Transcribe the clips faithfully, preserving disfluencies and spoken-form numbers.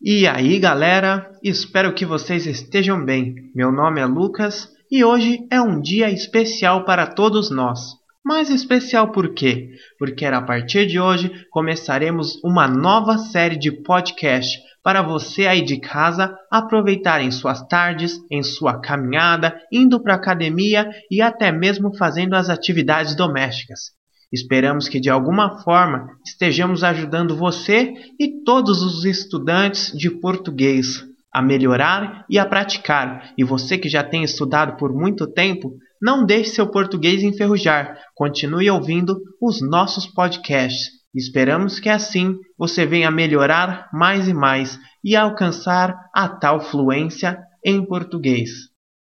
E aí galera, espero que vocês estejam bem. Meu nome é Lucas e hoje é um dia especial para todos nós. Mas especial por quê? Porque a partir de hoje começaremos uma nova série de podcast para você aí de casa aproveitar em suas tardes, em sua caminhada, indo para a academia e até mesmo fazendo as atividades domésticas. Esperamos que de alguma forma estejamos ajudando você e todos os estudantes de português a melhorar e a praticar. E você que já tem estudado por muito tempo, não deixe seu português enferrujar. Continue ouvindo os nossos podcasts. Esperamos que assim você venha melhorar mais e mais e alcançar a tal fluência em português.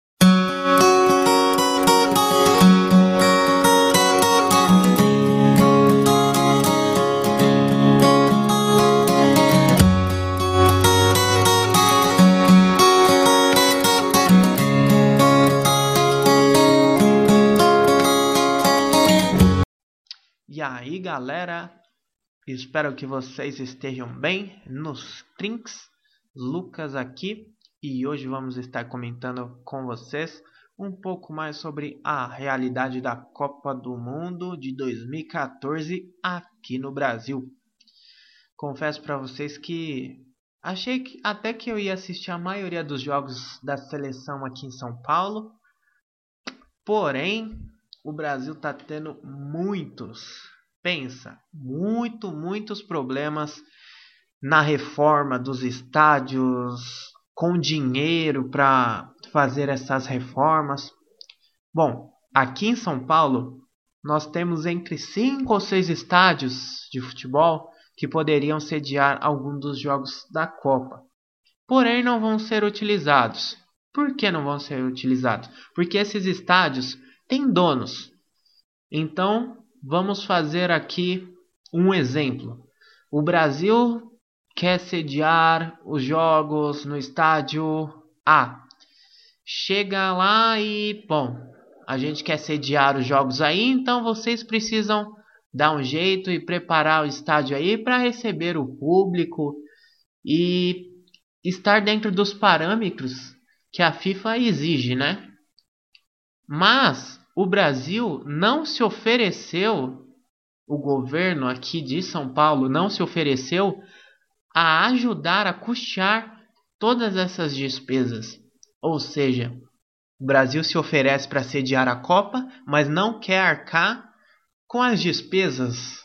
E aí galera, espero que vocês estejam bem nos trinks, Lucas aqui, e hoje vamos estar comentando com vocês um pouco mais sobre a realidade da Copa do Mundo de dois mil e quatorze aqui no Brasil. Confesso para vocês que achei que até que eu ia assistir a maioria dos jogos da seleção aqui em São Paulo, porém o Brasil está tendo muitos, pensa, muito, muitos problemas na reforma dos estádios, com dinheiro para fazer essas reformas. Bom, aqui em São Paulo, nós temos entre cinco ou seis estádios de futebol que poderiam sediar algum dos jogos da Copa. Porém, não vão ser utilizados. Por que não vão ser utilizados? Porque esses estádios tem donos. Então, vamos fazer aqui um exemplo. O Brasil quer sediar os jogos no estádio A. Chega lá e, bom, a gente quer sediar os jogos aí, então vocês precisam dar um jeito e preparar o estádio aí para receber o público e estar dentro dos parâmetros que a FIFA exige, né? Mas o Brasil não se ofereceu, o governo aqui de São Paulo não se ofereceu a ajudar a custear todas essas despesas. Ou seja, o Brasil se oferece para sediar a Copa, mas não quer arcar com as despesas.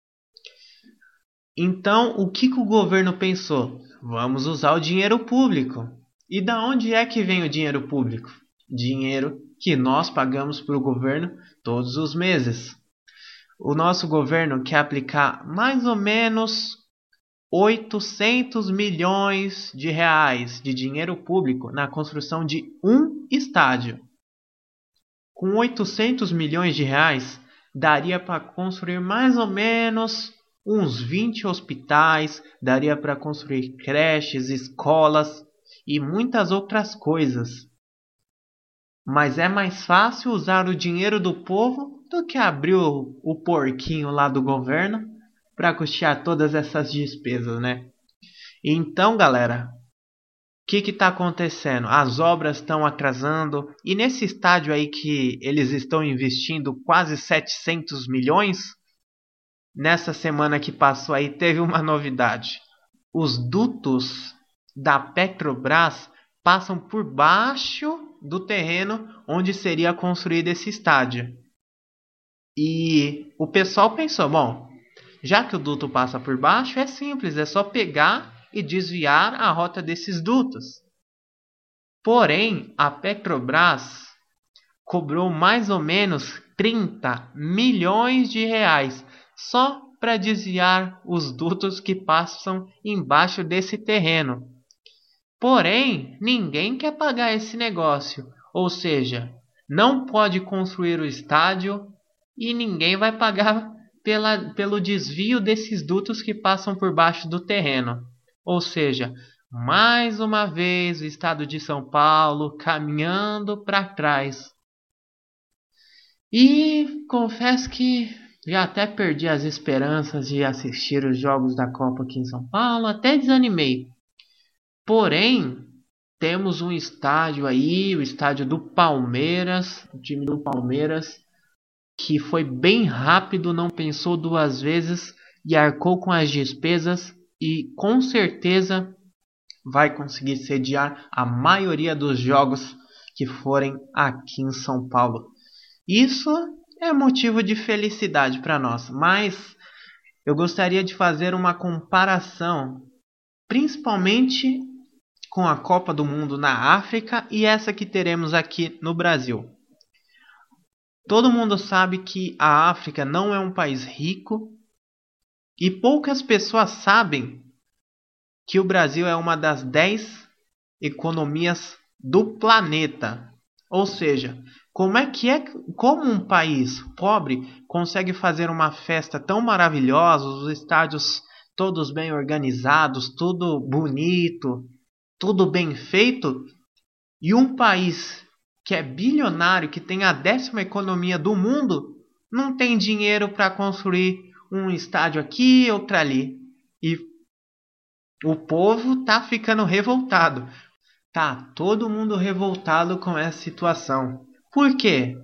Então, o que, que o governo pensou? Vamos usar o dinheiro público. E da onde é que vem o dinheiro público? Dinheiro que nós pagamos para o governo todos os meses. O nosso governo quer aplicar mais ou menos oitocentos milhões de reais de dinheiro público na construção de um estádio. Com oitocentos milhões de reais, daria para construir mais ou menos uns vinte hospitais, daria para construir creches, escolas e muitas outras coisas. Mas é mais fácil usar o dinheiro do povo do que abrir o, o porquinho lá do governo para custear todas essas despesas, né? Então, galera, o que está acontecendo? As obras estão atrasando e nesse estádio aí que eles estão investindo quase setecentos milhões, nessa semana que passou aí teve uma novidade. Os dutos da Petrobras passam por baixo do terreno onde seria construído esse estádio. E o pessoal pensou, bom, já que o duto passa por baixo, é simples, é só pegar e desviar a rota desses dutos. Porém, a Petrobras cobrou mais ou menos trinta milhões de reais só para desviar os dutos que passam embaixo desse terreno. Porém, ninguém quer pagar esse negócio, ou seja, não pode construir o estádio e ninguém vai pagar pela, pelo desvio desses dutos que passam por baixo do terreno. Ou seja, mais uma vez o estado de São Paulo caminhando para trás. E confesso que já até perdi as esperanças de assistir os jogos da Copa aqui em São Paulo, até desanimei. Porém, temos um estádio aí, o estádio do Palmeiras, o time do Palmeiras, que foi bem rápido, não pensou duas vezes e arcou com as despesas e com certeza vai conseguir sediar a maioria dos jogos que forem aqui em São Paulo. Isso é motivo de felicidade para nós, mas eu gostaria de fazer uma comparação, principalmente com a Copa do Mundo na África e essa que teremos aqui no Brasil. Todo mundo sabe que a África não é um país rico e poucas pessoas sabem que o Brasil é uma das dez economias do planeta. Ou seja, como é que é como um país pobre consegue fazer uma festa tão maravilhosa, os estádios todos bem organizados, tudo bonito, tudo bem feito, e um país que é bilionário, que tem a décima economia do mundo, não tem dinheiro para construir um estádio aqui, outro ali. E o povo tá ficando revoltado. Tá todo mundo revoltado com essa situação. Por quê?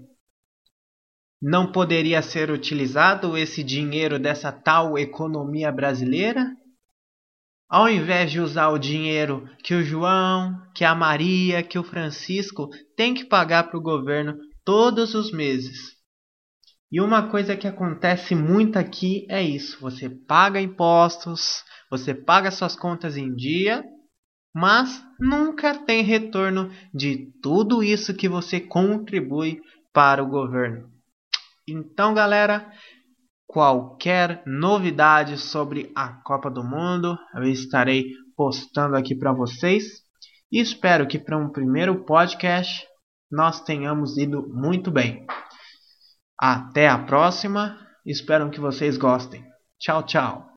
Não poderia ser utilizado esse dinheiro dessa tal economia brasileira? Ao invés de usar o dinheiro que o João, que a Maria, que o Francisco tem que pagar para o governo todos os meses. E uma coisa que acontece muito aqui é isso. Você paga impostos, você paga suas contas em dia, mas nunca tem retorno de tudo isso que você contribui para o governo. Então, galera, qualquer novidade sobre a Copa do Mundo, eu estarei postando aqui para vocês. E espero que para um primeiro podcast nós tenhamos ido muito bem. Até a próxima. Espero que vocês gostem. Tchau, tchau.